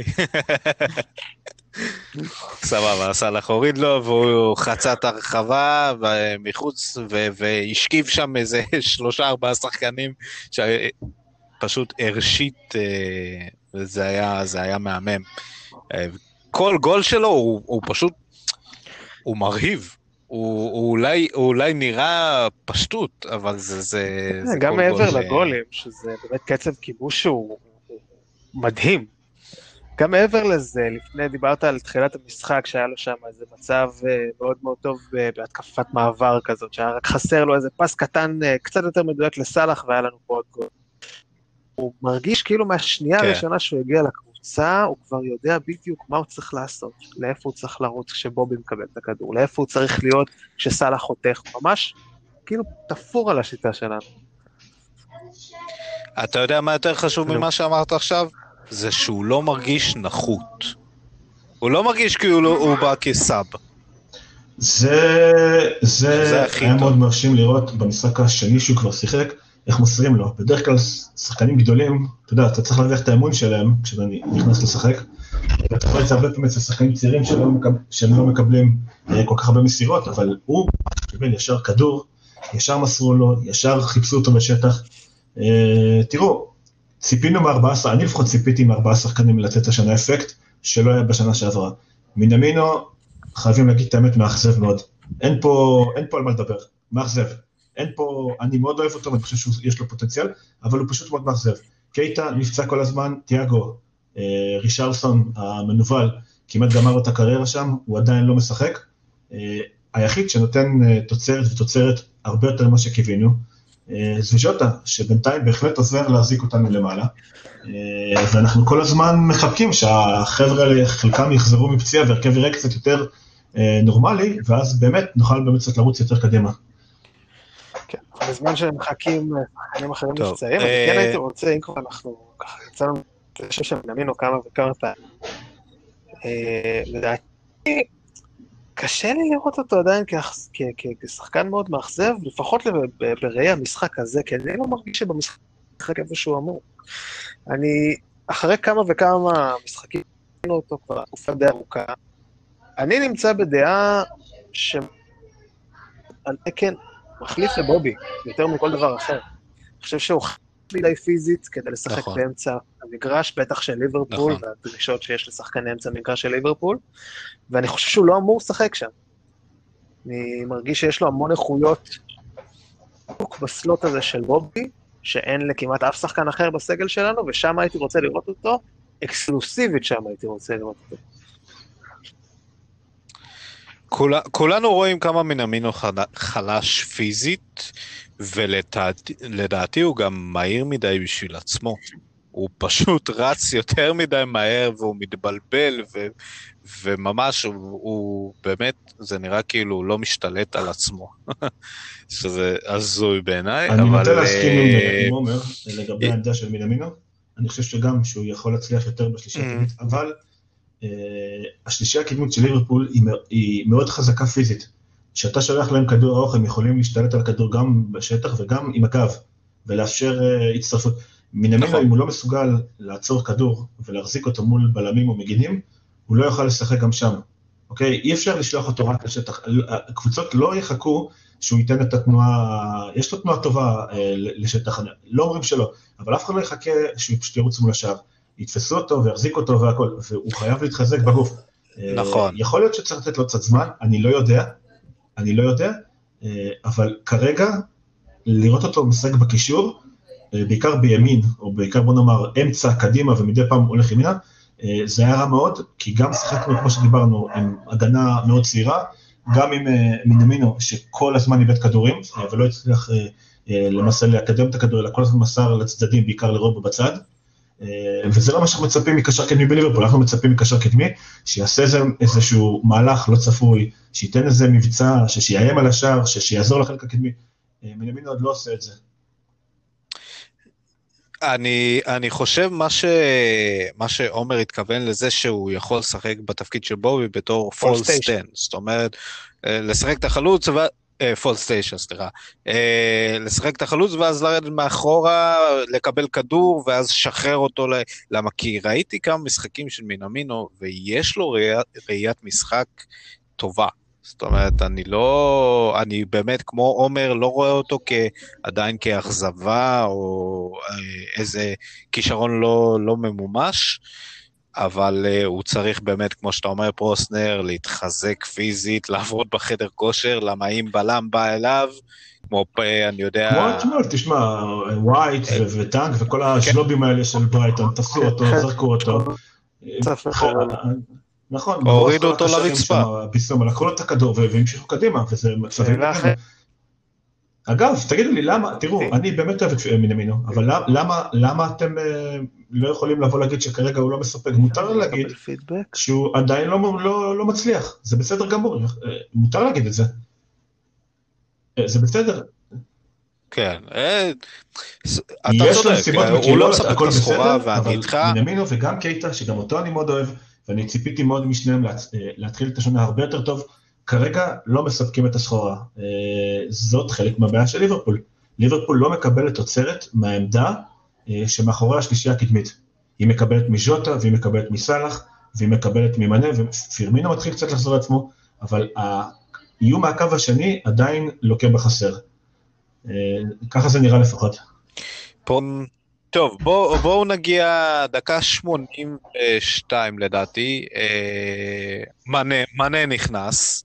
סבבה, סלאח הוריד לו, והוא חצה את הרחבה מחוץ, והשכיב שם איזה שלושה ארבעה שחקנים, שפשוט הרשית, וזה היה, זה היה מהמם. כל גול שלו הוא, הוא פשוט, הוא מרהיב, הוא, הוא, אולי, הוא אולי נראה פשטות, אבל זה... זה, זה גם מעבר ש... לגולים, שזה באמת קצב כיבוש שהוא מדהים. גם מעבר לזה, לפני דיברת על תחילת המשחק, שהיה לו שם איזה מצב מאוד מאוד טוב בהתקפת מעבר כזאת, שהיה רק חסר לו איזה פס קטן, קצת יותר מדויק לסלאח, והיה לנו פה עוד גול. הוא מרגיש כאילו מהשנייה הראשונה שהוא הגיע לקבוצה, הוא כבר יודע בדיוק מה הוא צריך לעשות, לאיפה הוא צריך לרוץ כשבובי מקבל את הכדור, לאיפה הוא צריך להיות כשסלאח חותך, ממש כאילו תפור על השיטה שלנו. אתה יודע מה יותר חשוב ממה שאמרת עכשיו? זה שהוא לא מרגיש נחות. הוא לא מרגיש כאילו הוא בא כסאב. זה, זה היה מאוד מרשים לראות במשחק השני שהוא כבר שיחק, איך מוסרים לו. בדרך כלל שחקנים גדולים, אתה יודע, אתה צריך להרוויח את האמון שלהם כשאתה נכנס לשחק, ואתה יכול לצרבט באמת לשחקנים צעירים שהם לא מקבלים כל כך הרבה מסירות, אבל הוא קיבל ישר כדור, ישר מסרו לו, ישר חיפשו אותו בשטח. תראו, ציפינו מארבעה, אני לפחות ציפיתי מארבעה שחקנים לתת השנה אפקט, שלא היה בשנה שעברה. מנמינו, חייבים להגיד את האמת, מאכזב מאוד. אין פה, אין פה על מה לדבר, מאכזב. אין פה, אני מאוד אוהב אותו, ואני חושב שיש לו פוטנציאל, אבל הוא פשוט מאוד מאכזב. קייטה נפצע כל הזמן, תיאגו, רישרסון המנובל, כמעט גמר את הקריירה שם, הוא עדיין לא משחק. היחיד שנותן תוצרת ותוצרת הרבה יותר ממה שקיווינו, זה ז'וטה, שבינתיים בהחלט עוזר להחזיק אותנו למעלה, ואנחנו כל הזמן מחכים שהחבר'ה האלה חלקם יחזרו מפציעה, והרכב יראה קצת יותר נורמלי, ואז באמת נוכל באמת קצת לרוץ יותר קדימה. כן, בזמן שהם מחכים שחקנים אחרים נפצעים, אני כן הייתי רוצה, אם כבר אנחנו ככה יצאנו, אני חושב שנאמינו כמה וכמה פעמים, לדעתי, קשה לי לראות אותו עדיין כשחקן מאוד מאכזב, לפחות בראי המשחק הזה, כי אני לא מרגיש שבמשחק איפה שהוא אמור. אני, אחרי כמה וכמה משחקים, ראינו אותו כבר תקופה די ארוכה, אני נמצא בדעה שעל תקן מחליף לבובי, יותר מכל דבר אחר. אני חושב שהוא חליף לידי פיזית כדי לשחק נכון. באמצע המגרש, בטח של ליברפול, נכון. והדרישות שיש לשחקני אמצע המגרש של ליברפול, ואני חושב שהוא לא אמור לשחק שם. אני מרגיש שיש לו המון איכויות בסלוט הזה של בובי, שאין לכמעט אף שחקן אחר בסגל שלנו, ושם הייתי רוצה לראות אותו, אקסקלוסיבית שם הייתי רוצה לראות אותו. כול, כולנו רואים כמה מנמינו חלש פיזית, ולדעתי הוא גם מהיר מדי בשביל עצמו. הוא פשוט רץ יותר מדי מהר, והוא מתבלבל, ו, וממש הוא, הוא באמת, זה נראה כאילו הוא לא משתלט על עצמו. שזה הזוי בעיניי, אני אבל... נוטה להסכים עם עומר לגבי העמדה של מנמינו, אני חושב שגם שהוא יכול להצליח יותר בשלישי הקדמית, אבל השלישי הקדמית של ליברפול היא מאוד חזקה פיזית. כשאתה שולח להם כדור ארוך, הם יכולים להשתלט על הכדור גם בשטח וגם עם הגב, ולאפשר הצטרפות. מנמינו, אם הוא לא מסוגל לעצור כדור ולהחזיק אותו מול בלמים או מגינים, הוא לא יוכל לשחק גם שם. אוקיי? אי אפשר לשלוח אותו רק לשטח. הקבוצות לא יחכו שהוא ייתן את התנועה, יש לו תנועה טובה לשטח, לא אומרים שלא, אבל אף אחד לא יחכה שהוא פשוט ירוץ מול השאר. יתפסו אותו ויחזיק אותו והכל, והוא חייב להתחזק בגוף. נכון. יכול להיות שצריך לתת לו קצת זמן, אני לא יודע, אני לא יודע, אבל כרגע, לראות אותו משחק בקישור, בעיקר בימין, או בעיקר בוא נאמר אמצע, קדימה, ומדי פעם הולך ימינה, זה היה רע מאוד, כי גם שיחקנו, כמו שדיברנו, עם הגנה מאוד צעירה, גם עם מינמינו, שכל הזמן איבד כדורים, ולא הצליח למעשה לקדם את הכדור, אלא כל הזמן מסר לצדדים, בעיקר לרובו בצד, וזה לא מה שאנחנו מצפים מקשר קדמי בליברפול, אנחנו מצפים מקשר קדמי, שיעשה איזשהו מהלך לא צפוי, שייתן איזה מבצע, שיאיים על השער, שיעזור לחלק הקדמי, מינמינו עוד לא עושה את זה. אני, אני חושב מה, ש, מה שעומר התכוון לזה שהוא יכול לשחק בתפקיד של בובי בתור פול סטן, זאת אומרת, לשחק את החלוץ, פול סטיישן, סליחה, לשחק את החלוץ ואז לרדת מאחורה, לקבל כדור ואז שחרר אותו, למה כי ראיתי כמה משחקים של מינמינו ויש לו ראיית, ראיית משחק טובה. זאת אומרת, אני לא, אני באמת כמו עומר לא רואה אותו עדיין כאכזבה או איזה כישרון לא, לא ממומש, אבל הוא צריך באמת, כמו שאתה אומר פרוסנר, להתחזק פיזית, לעבוד בחדר כושר, למה אם בלם בא אליו, כמו אני יודע... כמו אתמול, תשמע, ווייט וטנק וכל השלובים האלה של ברייטון, תפסו אותו, זרקו אותו. נכון, הורידו אותו לרצפה. לקחו לו את הכדור והמשיכו קדימה, וזה מצבים לכם. אגב, תגידו לי למה, תראו, אני באמת אוהב את מינמינו, אבל למה אתם לא יכולים לבוא להגיד שכרגע הוא לא מספק? מותר להגיד שהוא עדיין לא מצליח, זה בסדר גמור, מותר להגיד את זה. זה בסדר. כן, אתה יש לו צודק, סיבות הוא לא מקילות, מספק הכל את הסחורה בסדר, ואני אבל איתך. מינמינו וגם קייטה, שגם אותו אני מאוד אוהב, ואני ציפיתי מאוד משניהם להתחיל את השנה הרבה יותר טוב, כרגע לא מספקים את הסחורה. זאת חלק מהבעיה של ליברפול. ליברפול לא מקבלת תוצרת מהעמדה שמאחורי השלישייה הקדמית. היא מקבלת מז'וטה, והיא מקבלת מסלח, והיא מקבלת ממנה, ופירמינו מתחיל קצת לחזור לעצמו, אבל האיום מהקו השני עדיין לוקה בחסר. ככה זה נראה לפחות. טוב, בואו בוא נגיע דקה שמונים ושתיים לדעתי, מנה, מנה נכנס,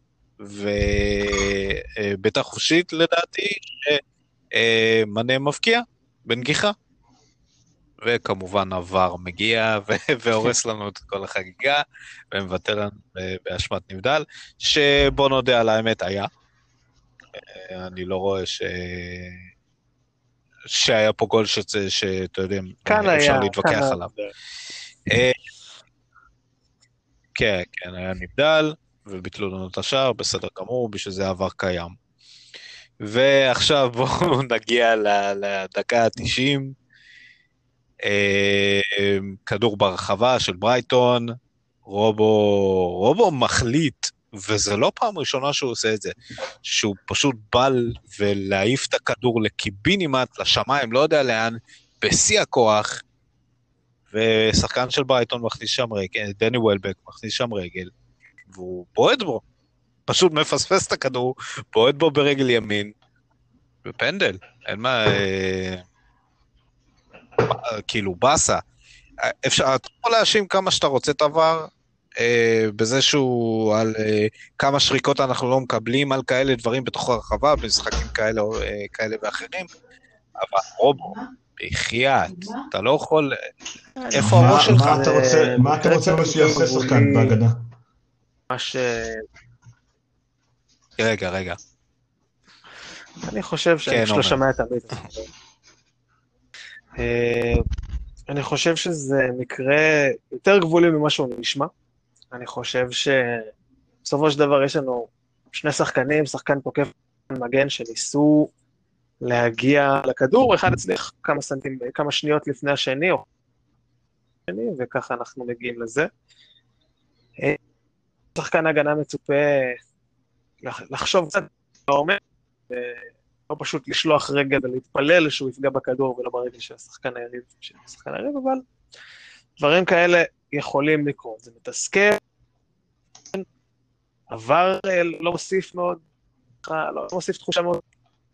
ובטח חושית לדעתי, מנה מבקיע בנגיחה, וכמובן עבר מגיע והורס לנו את כל החגיגה, ומבטל לנו באשמת נבדל, שבוא נודה על האמת היה, אני לא רואה ש... שהיה פה גול שאתה יודע, אפשר להתווכח עליו. כן, כן, היה נבדל, וביטלו לנו את השער, בסדר גמור, בשביל זה עבר קיים. ועכשיו בואו נגיע לדקה ה-תשעים, כדור ברחבה של ברייטון, רובו, רובו מחליט, וזה לא פעם ראשונה שהוא עושה את זה, שהוא פשוט בא ולהעיף את הכדור לקיבינימט, לשמיים, לא יודע לאן, בשיא הכוח, ושחקן של ברייטון מכניס שם רגל, דני וולבק מכניס שם רגל, והוא בועט בו, פשוט מפספס את הכדור, בועט בו ברגל ימין, בפנדל, אין מה, כאילו בסה, אפשר, אתה יכול להאשים כמה שאתה רוצה את עבר, בזה שהוא על כמה שריקות אנחנו לא מקבלים על כאלה דברים בתוך הרחבה, במשחקים כאלה, כאלה ואחרים, אבל רובו, בחייאת, אתה לא יכול, איפה הראש שלך? מה אתה רוצה שיעשה שחקן בהגנה? מה ש... רגע, רגע. אני חושב שאני פשוט לא שמע את המיט. אני חושב שזה מקרה יותר גבולי ממה שהוא נשמע. אני חושב שבסופו של דבר יש לנו שני שחקנים, שחקן תוקף מגן שניסו להגיע לכדור, אחד הצליח כמה סנטים, כמה שניות לפני השני, או השני, וככה אנחנו מגיעים לזה. שחקן הגנה מצופה לחשוב קצת לעומק, לא פשוט לשלוח רגל ולהתפלל שהוא יפגע בכדור ולא ברגל של השחקן היריב, של השחקן היריב, אבל דברים כאלה יכולים לקרות. זה מתסכל, עבר לא מוסיף מאוד, לא מוסיף תחושה מאוד,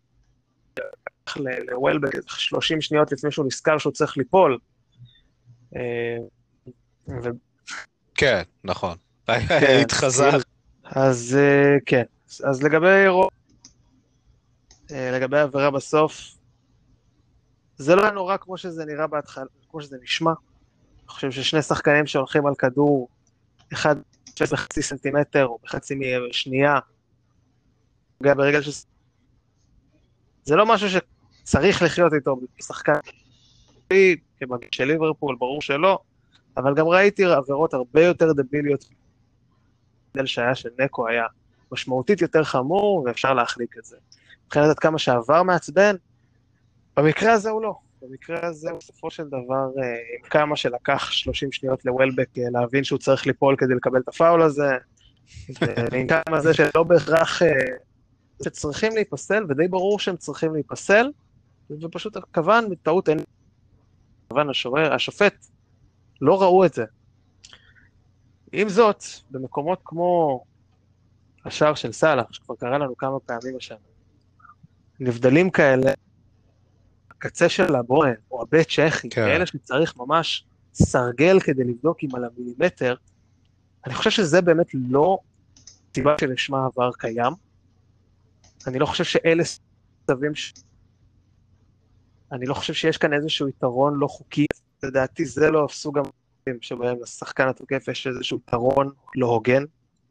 לוולבק, שלושים שניות לפני שהוא נזכר שהוא צריך ליפול. כן, נכון. היית חזר. אז אה, כן, אז לגבי רוב, אה, לגבי העבירה בסוף, זה לא היה נורא כמו שזה נראה בהתחלה, כמו שזה נשמע. אני חושב ששני שחקנים שהולכים על כדור, אחד שיש בחצי סנטימטר או בחצי שנייה, ברגל ש... זה לא משהו שצריך לחיות איתו בשחקן כמגן של ליברפול, ברור שלא, אבל גם ראיתי עבירות הרבה יותר דביליות, דל שהיה של נקו היה משמעותית יותר חמור, ואפשר להחליק את זה. מבחינת עד כמה שעבר מעצבן, במקרה הזה הוא לא. במקרה הזה, בסופו של דבר, עם כמה שלקח שלושים שניות לוולבק להבין שהוא צריך ליפול כדי לקבל את הפאול הזה, ועם כמה זה שלא בהכרח שצריכים להיפסל, ודי ברור שהם צריכים להיפסל, ופשוט כוון בטעות אין... כוון השופט, השופט לא ראו את זה. עם זאת, במקומות כמו השער של סלאח, שכבר קרה לנו כמה פעמים השנה, נבדלים כאלה, הקצה של הבוהן, או הבית צ'כי, כן. כאלה שצריך ממש סרגל כדי לבדוק עם על המילימטר, אני חושב שזה באמת לא סיבה שלשמה עבר קיים. אני לא חושב שאלה סבים ש... אני לא חושב שיש כאן איזשהו יתרון לא חוקי, לדעתי זה לא סוג המקרים שבהם לשחקן התוקף יש איזשהו יתרון לא הוגן.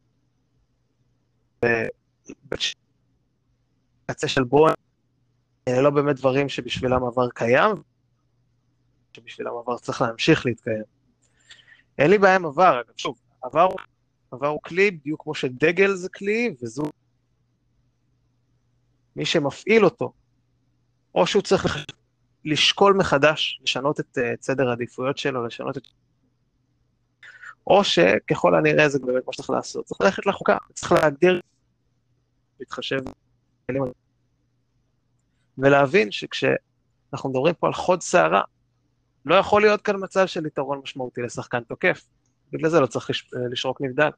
בקצה של בוהן, אלה לא באמת דברים שבשבילם עבר קיים, שבשבילם עבר צריך להמשיך להתקיים. אין לי בעיה עם עבר, אגב, שוב, עבר, עבר הוא כלי, בדיוק כמו שדגל זה כלי, וזו מי שמפעיל אותו, או שהוא צריך לשקול מחדש, לשנות את uh, סדר העדיפויות שלו, לשנות את... או שככל הנראה זה באמת מה שצריך לעשות, צריך ללכת לחוקה, צריך להגדיר, להתחשב, ולהבין שכשאנחנו מדברים פה על חוד שערה, לא יכול להיות כאן מצב של יתרון משמעותי לשחקן תוקף, בגלל זה לא צריך לש... לשרוק נבדל.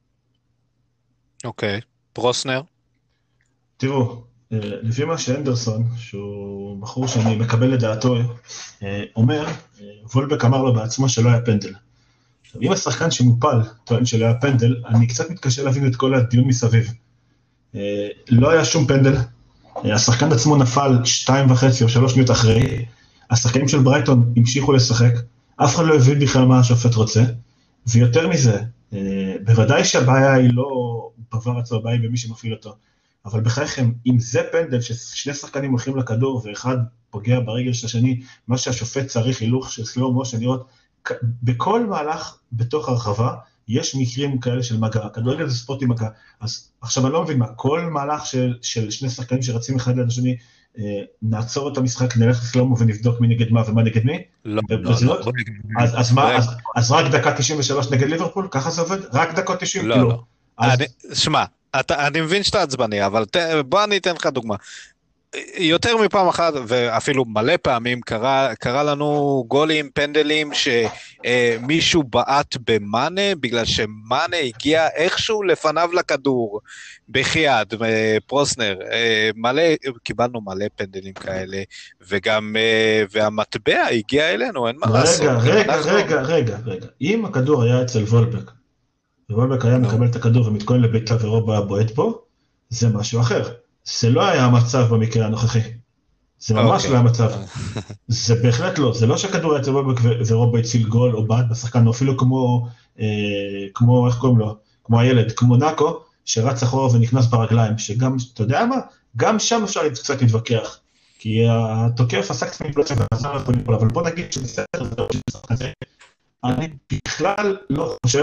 אוקיי, פרוסנר? תראו, לפי מה שאנדרסון, שהוא בחור שאני מקבל לדעתו, אומר, וולבק אמר לו בעצמו שלא היה פנדל. אם השחקן שמופל טוען שלא היה פנדל, אני קצת מתקשה להבין את כל הדיון מסביב. לא היה שום פנדל, השחקן עצמו נפל שתיים וחצי או שלוש שניות אחרי, השחקנים של ברייטון המשיכו לשחק, אף אחד לא הבין בכלל מה השופט רוצה, ויותר מזה, בוודאי שהבעיה היא לא בעבר עצמו, הבעיה היא במי שמפעיל אותו, אבל בחייכם, אם זה פנדל ששני שחקנים הולכים לכדור ואחד פוגע ברגל של השני, מה שהשופט צריך הילוך של סלואו מושן לראות, בכל מהלך בתוך הרחבה, יש מקרים כאלה של מגע, הכדורגל זה ספורט עם מגע, אז עכשיו אני לא מבין מה, כל מהלך של, של שני שחקנים שרצים אחד ליד השני, אה, נעצור את המשחק, נלך לסלומו ונבדוק מי נגד מה ומה נגד מי? לא, לא, לא. אז, אז מה, אז, אז רק דקה תשעים ושלוש נגד ליברפול? ככה זה עובד? רק דקות תשעים? לא, לא. אני, שמע, אתה, אני מבין שאתה עצבני, אבל ת, בוא אני אתן לך דוגמה. יותר מפעם אחת, ואפילו מלא פעמים, קרה, קרה לנו גולים, פנדלים, שמישהו בעט במאנה, בגלל שמאנה הגיע איכשהו לפניו לכדור, בחייד, פרוסנר, מלא, קיבלנו מלא פנדלים כאלה, וגם, והמטבע הגיע אלינו, אין מה רגע, לעשות. רגע, אנחנו... רגע, רגע, רגע, אם הכדור היה אצל וולבק, וולבק היה מקבל את הכדור ומתכונן לביתה ורוב בועט פה, זה משהו אחר. זה לא היה המצב במקרה הנוכחי. זה ממש לא היה המצב. זה בהחלט לא. זה לא שהכדור היה אצל וולבק ורוב הציל גול או בעט בשחקן, או אפילו כמו, כמו, איך קוראים לו? כמו הילד, כמו נאקו, שרץ אחורה ונכנס ברגליים, שגם, אתה יודע מה? גם שם אפשר קצת להתווכח. כי התוקף עשה קצת מפלצת, אבל בוא נגיד שבסדר, אני בכלל לא חושב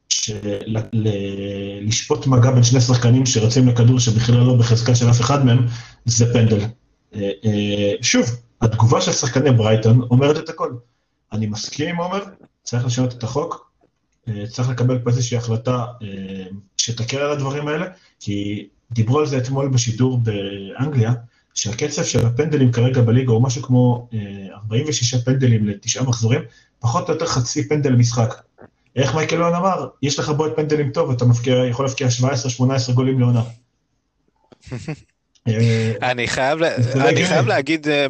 שלשפוט מגע בין שני שחקנים שרצים לכדור שבכלל לא בחזקה של אף אחד מהם, זה פנדל. שוב, התגובה של שחקני ברייטון אומרת את הכל. אני מסכים עם עומר, צריך לשנות את החוק, צריך לקבל פה איזושהי החלטה שתקל על הדברים האלה, כי דיברו על זה אתמול בשידור באנגליה, שהקצב של הפנדלים כרגע בליגה הוא משהו כמו ארבעים ושישה פנדלים לתשעה מחזורים, פחות או יותר חצי פנדל למשחק. איך מייקל אוהן אמר, יש לך בועט פנדלים טוב, אתה מפקיע, יכול להפקיע שבע עשרה שמונה עשרה גולים לעונה. אני חייב, אני חייב להגיד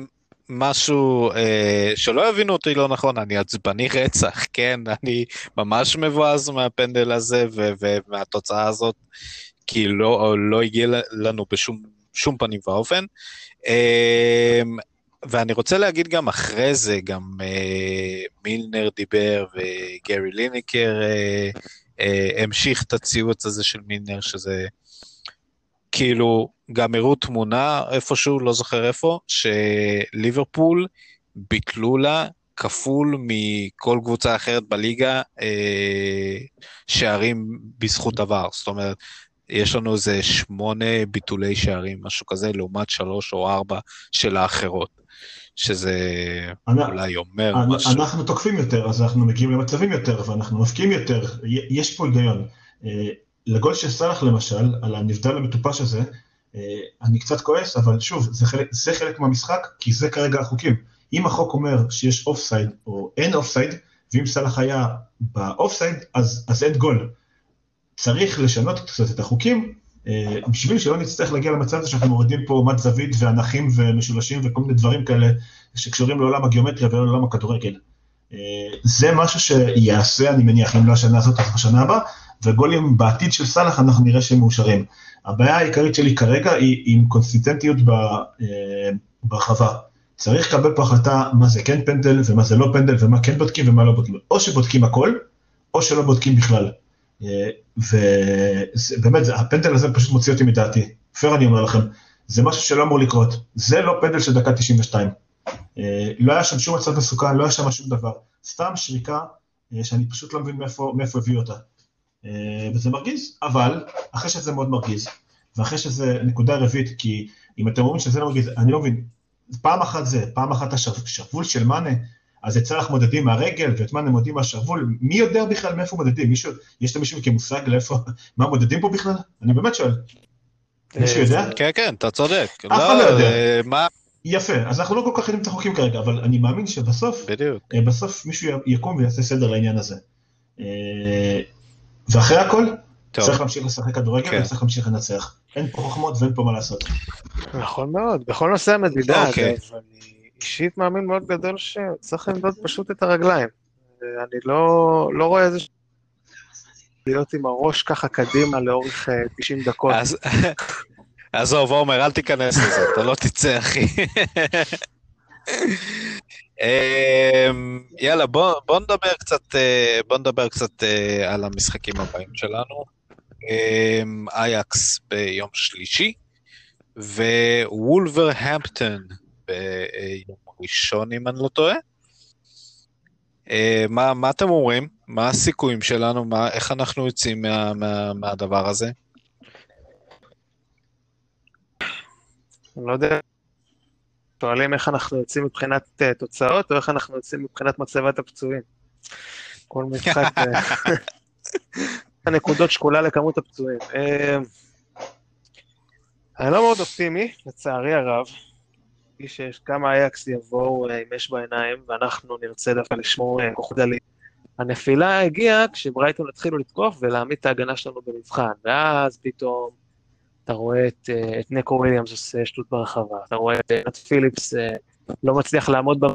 משהו אה, שלא הבינו אותי לא נכון, אני עצבני רצח, כן, אני ממש מבואז מהפנדל הזה ו- ומהתוצאה הזאת, כי לא, לא הגיע לנו בשום שום פנים ואופן. אה, ואני רוצה להגיד גם אחרי זה, גם אה, מילנר דיבר וגרי ליניקר אה, אה, המשיך את הציוץ הזה של מילנר, שזה כאילו גם הראו תמונה איפשהו, לא זוכר איפה, שליברפול ביטלו לה כפול מכל קבוצה אחרת בליגה אה, שערים בזכות עבר. זאת אומרת, יש לנו איזה שמונה ביטולי שערים, משהו כזה, לעומת שלוש או ארבע של האחרות, שזה אנ- אולי אומר אנ- משהו. אנחנו תוקפים יותר, אז אנחנו מגיעים למצבים יותר, ואנחנו מפקיעים יותר, י- יש פה היגיון. אה, לגול של סלאח למשל, על הנבדל המטופש הזה, אה, אני קצת כועס, אבל שוב, זה חלק, זה חלק מהמשחק, כי זה כרגע החוקים. אם החוק אומר שיש אופסייד או אין אופסייד, ואם סלאח היה באופסייד, אז, אז אין גול. צריך לשנות קצת את החוקים, אה, בשביל שלא נצטרך להגיע למצב הזה שאנחנו מורידים פה מת זווית וענכים ומשולשים וכל מיני דברים כאלה שקשורים לעולם הגיאומטריה ולא לעולם הכדורגל. אה, זה משהו שיעשה, אני מניח, אם לא השנה הזאת, אז בשנה הבאה, וגולים בעתיד של סלאח אנחנו נראה שהם מאושרים. הבעיה העיקרית שלי כרגע היא עם קונסיסטנטיות ברחבה. צריך לקבל פה החלטה מה זה כן פנדל ומה זה לא פנדל ומה כן בודקים ומה לא בודקים. או שבודקים הכל, או שלא בודקים בכלל. ובאמת, הפנדל הזה פשוט מוציא אותי מדעתי. פייר אני אומר לכם, זה משהו שלא אמור לקרות. זה לא פנדל של דקה תשעים ושתיים. לא היה שם שום מצב מסוכן, לא היה שם שום דבר. סתם שריקה שאני פשוט לא מבין מאיפה, מאיפה הביא אותה. וזה מרגיז, אבל אחרי שזה מאוד מרגיז, ואחרי שזה נקודה רביעית, כי אם אתם אומרים שזה לא מרגיז, אני לא מבין, פעם אחת זה, פעם אחת השרוול של מנה, אז את סלאח מודדים מהרגל, ואת מנה מודדים מהשרוול, מי יודע בכלל מאיפה מודדים? מישהו, יש למישהו כמושג לאיפה, מה מודדים פה בכלל? אני באמת שואל. מישהו יודע? כן, כן, אתה צודק. אף אחד לא יודע. מה? יפה, אז אנחנו לא כל כך יודעים את החוקים כרגע, אבל אני מאמין שבסוף, בדיוק. בסוף מישהו יקום ויעשה סדר לעניין הזה. ואחרי הכל, טוב. צריך להמשיך לשחק כדורגל, כן. וצריך להמשיך לנצח. אין פה חוכמות ואין פה מה לעשות. נכון מאוד, בכל נושא המדידה, אוקיי. אגב, אני אישית מאמין מאוד גדול שצריך למדוד פשוט את הרגליים. אני לא, לא רואה איזה... להיות עם הראש ככה קדימה לאורך אה, תשעים דקות. אז, עזוב, עומר, אל תיכנס לזה, אתה לא תצא, אחי. אמ, יאללה, בוא, בוא נדבר קצת, אה, בוא נדבר קצת אה, על המשחקים הבאים שלנו. אמ, אייקס ביום שלישי, ווולברהמפטון ביום ראשון, אם אני לא טועה. אה, מה, מה אתם אומרים? מה הסיכויים שלנו? מה, איך אנחנו יוצאים מה, מה, מהדבר הזה? אני לא יודע, שואלים איך אנחנו יוצאים מבחינת uh, תוצאות, או איך אנחנו יוצאים מבחינת מצבת הפצועים. כל משחק, הנקודות שקולה לכמות הפצועים. Uh, אני לא מאוד אופטימי, לצערי הרב, כי שיש כמה אייקס יבואו uh, עם אש בעיניים, ואנחנו נרצה דווקא לשמור uh, כוחות גדולים. הנפילה הגיעה כשברייטון התחילו לתקוף ולהעמיד את ההגנה שלנו במבחן, ואז פתאום אתה רואה את, את נקו וויליאמס עושה שטות ברחבה, אתה רואה את נט פיליפס לא מצליח לעמוד ב...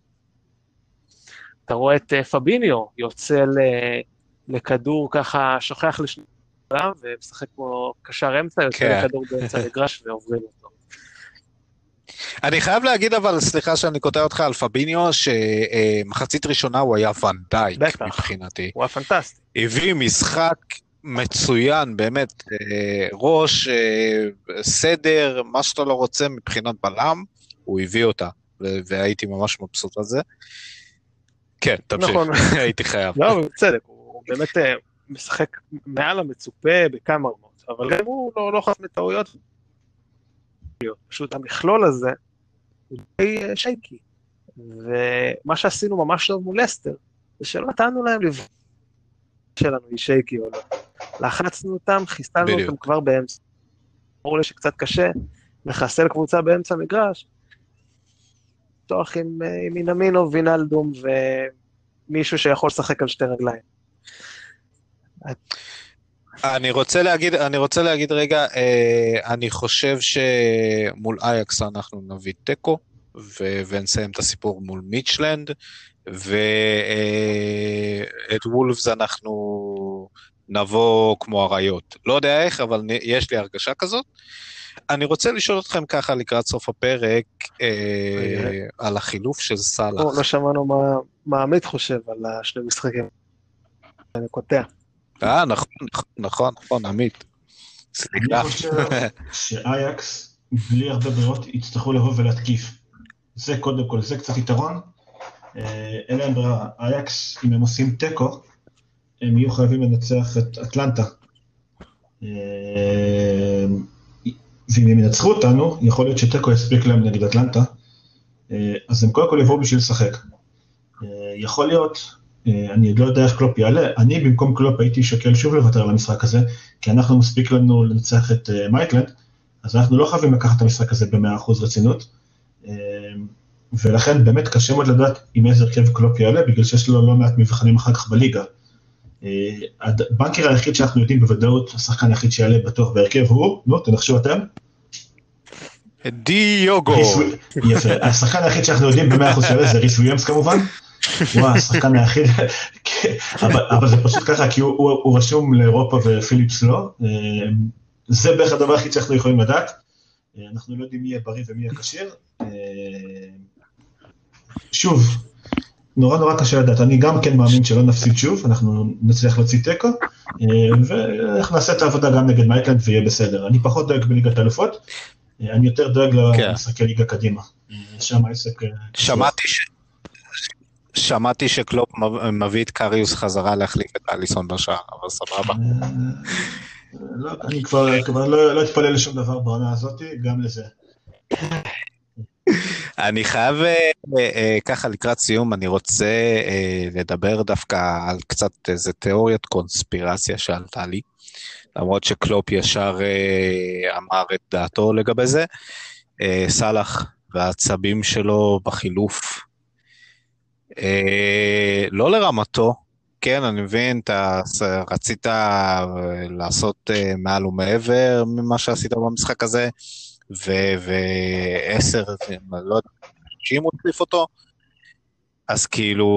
אתה רואה את פביניו יוצא לכדור ככה, שוכח לשני פעם, ומשחק כמו קשר אמצע, יוצא כן. לכדור באמצע מגרש ועוברים אותו. אני חייב להגיד, אבל סליחה שאני קוטע אותך על פביניו, שמחצית ראשונה הוא היה ואן דייק בטח. מבחינתי. הוא היה פנטסטי. הביא משחק מצוין, באמת, ראש, סדר, מה שאתה לא רוצה מבחינת בלם, הוא הביא אותה, והייתי ממש מבסוט על זה. כן, תמשיך, נכון. הייתי חייב. לא, בצדק, הוא באמת משחק מעל המצופה בכמה רמות, אבל גם הוא לא, לא חף מטעויות. פשוט המכלול הזה הוא די שייקי, ומה שעשינו ממש טוב מול לסטר, זה שלא נתנו להם לבחור שלנו היא שייקי או לא. לחצנו אותם, חיסלנו אותם כבר באמצע. אמרו לי שקצת קשה לחסל קבוצה באמצע מגרש, תוך עם, עם מינמינו, וינלדום ומישהו שיכול לשחק על שתי רגליים. אני רוצה להגיד, אני רוצה להגיד רגע, אני חושב שמול אייקס אנחנו נביא טקו, ו- ונסיים את הסיפור מול מיצ'לנד, ואת וולפס אנחנו נבוא כמו אריות. לא יודע איך, אבל יש לי הרגשה כזאת. אני רוצה לשאול אתכם ככה לקראת סוף הפרק, אה, על החילוף של סלאח. לא, לא שמענו מה, מה עמית חושב על השני משחקים. אני קוטע. אה, נכון, נכון, נכון, עמית. אני חושב שאייקס, בלי הרבה ברירות, יצטרכו לבוא ולהתקיף. זה קודם כל, זה קצת יתרון. אין להם ברירה. אייקס, אם הם עושים טקו, הם יהיו חייבים לנצח את אטלנטה. ואם הם ינצחו אותנו, יכול להיות שטקו יספיק להם נגד אטלנטה, אז הם קודם כל יבואו בשביל לשחק. יכול להיות, אני עוד לא יודע איך קלופ יעלה, אני במקום קלופ הייתי שקל שוב לוותר על המשחק הזה, כי אנחנו מספיק לנו לנצח את מייקלנד, אז אנחנו לא חייבים לקחת את המשחק הזה ב-מאה אחוז רצינות, ולכן באמת קשה מאוד לדעת אם איזה הרכב קלופ יעלה, בגלל שיש לו לא מעט מבחנים אחר כך בליגה. הבנקר היחיד שאנחנו יודעים בוודאות, השחקן היחיד שיעלה בטוח בהרכב הוא, נו, תנחשו אתם? דיוגו. יפה, השחקן היחיד שאנחנו יודעים ב-מאה אחוז שיעלה זה ריס וויליאמס כמובן, וואו, השחקן היחיד, אבל זה פשוט ככה, כי הוא רשום לאירופה ופיליפס לא, זה בערך הדבר היחיד שאנחנו יכולים לדעת, אנחנו לא יודעים מי יהיה בריא ומי יהיה כשיר, שוב, נורא נורא קשה לדעת, אני גם כן מאמין שלא נפסיד שוב, אנחנו נצליח להוציא טקו, ואנחנו נעשה את העבודה גם נגד מייקלנד ויהיה בסדר. אני פחות דואג בליגת האלופות, אני יותר דואג למשחקי ליגה קדימה. שם העסק... שמעתי ש... שמעתי שקלופ מביא את קריוס חזרה להחליף את אליסון בשער, אבל סבבה. אני כבר לא אתפלל לשום דבר בעונה הזאת, גם לזה. אני חייב, ככה לקראת סיום, אני רוצה לדבר דווקא על קצת איזה תיאוריית קונספירציה שעלתה לי, למרות שקלופ ישר אמר את דעתו לגבי זה, סלאח והעצבים שלו בחילוף, לא לרמתו, כן, אני מבין, אתה רצית לעשות מעל ומעבר ממה שעשית במשחק הזה, ועשר, לא יודע, שאם הוא תחליף אותו, אז כאילו,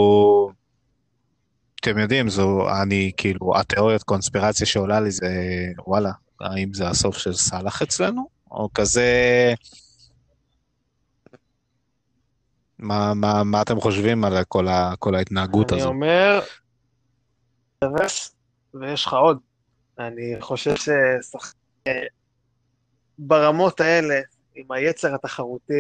אתם יודעים, זו, אני כאילו, התיאוריית קונספירציה שעולה לי זה, וואלה, האם זה הסוף של סלאח אצלנו? או כזה, מה, מה, מה אתם חושבים על כל, ה, כל ההתנהגות אני הזו? אני אומר, ויש לך עוד, אני חושב ששחק... ברמות האלה, עם היצר התחרותי,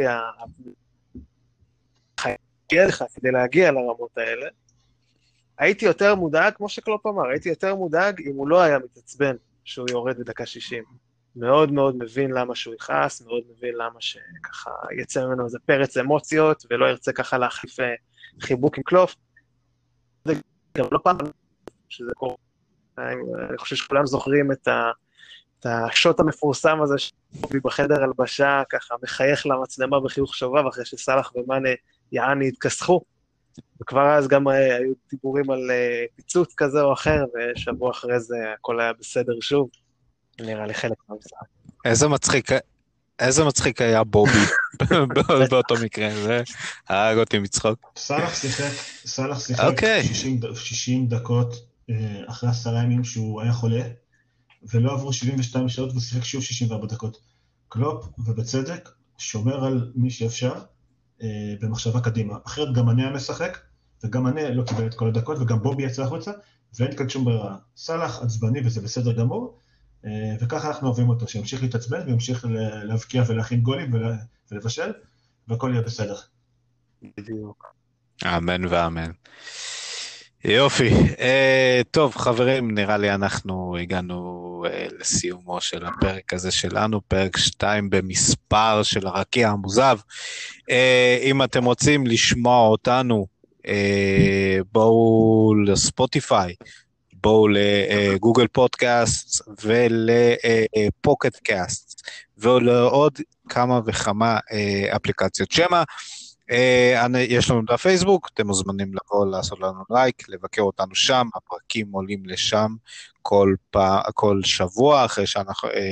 חייב לך כדי להגיע לרמות האלה, הייתי יותר מודאג, כמו שקלופ אמר, הייתי יותר מודאג אם הוא לא היה מתעצבן שהוא יורד בדקה שישים. מאוד מאוד מבין למה שהוא יכעס, מאוד מבין למה שככה יצא ממנו איזה פרץ אמוציות, ולא ירצה ככה להחליף חיבוק עם קלופ. זה גם לא פעם שזה קורה. אני חושב שכולם זוכרים את ה... את השוט המפורסם הזה שבי בחדר הלבשה, ככה מחייך למצלמה בחיוך שובה, ואחרי שסלאח ומאנה יעני התכסחו, וכבר אז גם היו דיבורים על פיצוץ כזה או אחר, ושבוע אחרי זה הכל היה בסדר שוב, נראה לי חלק מהמשחק. איזה מצחיק, איזה מצחיק היה בובי באותו מקרה, זה הרג אותי מצחוק. סלאח שיחק, סלאח שיחק שישים דקות אחרי עשרה ימים שהוא היה חולה, ולא עברו שבעים ושתיים שעות, והוא שיחק שוב שישים וארבע דקות. קלופ, ובצדק, שומר על מי שאפשר אה, במחשבה קדימה. אחרת גם אני משחק, וגם אני לא קיבל את כל הדקות, וגם בובי יצא החוצה, ואין כאן שום ברירה. סלאח עצבני, וזה בסדר גמור, אה, וככה אנחנו אוהבים אותו, שימשיך להתעצבן, וימשיך להבקיע ולהכין גולים ול, ולבשל, והכל יהיה בסדר. בדיוק. אמן ואמן. יופי, uh, טוב חברים, נראה לי אנחנו הגענו uh, לסיומו של הפרק הזה שלנו, פרק שתיים במספר של הרקיע המוזב. uh, אם אתם רוצים לשמוע אותנו, uh, בואו לספוטיפיי, בואו לגוגל פודקאסט ולפוקט קאסט, ולעוד כמה וכמה uh, אפליקציות שמה, Uh, יש לנו דף פייסבוק, אתם מוזמנים לבוא לעשות לנו לייק, לבקר אותנו שם, הפרקים עולים לשם כל, פע... כל שבוע אחרי שאנחנו uh,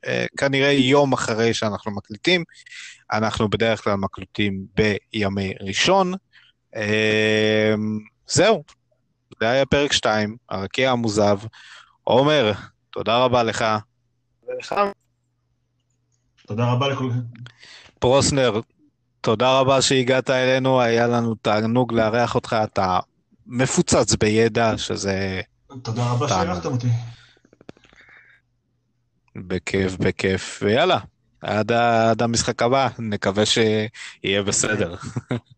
אה, כנראה יום אחרי שאנחנו מקליטים, אנחנו בדרך כלל מקליטים בימי ראשון. אה, זהו, זה היה פרק שתיים, הרקיע המוזב. עומר, תודה רבה לך. ולך, תודה רבה לכולכם. פרוסנר, תודה רבה שהגעת אלינו, היה לנו תענוג לארח אותך, אתה מפוצץ בידע, שזה תודה רבה תענוג. שאירחתם אותי. בכיף, בכיף, ויאללה, עד, ה- עד המשחק הבא, נקווה שיהיה בסדר.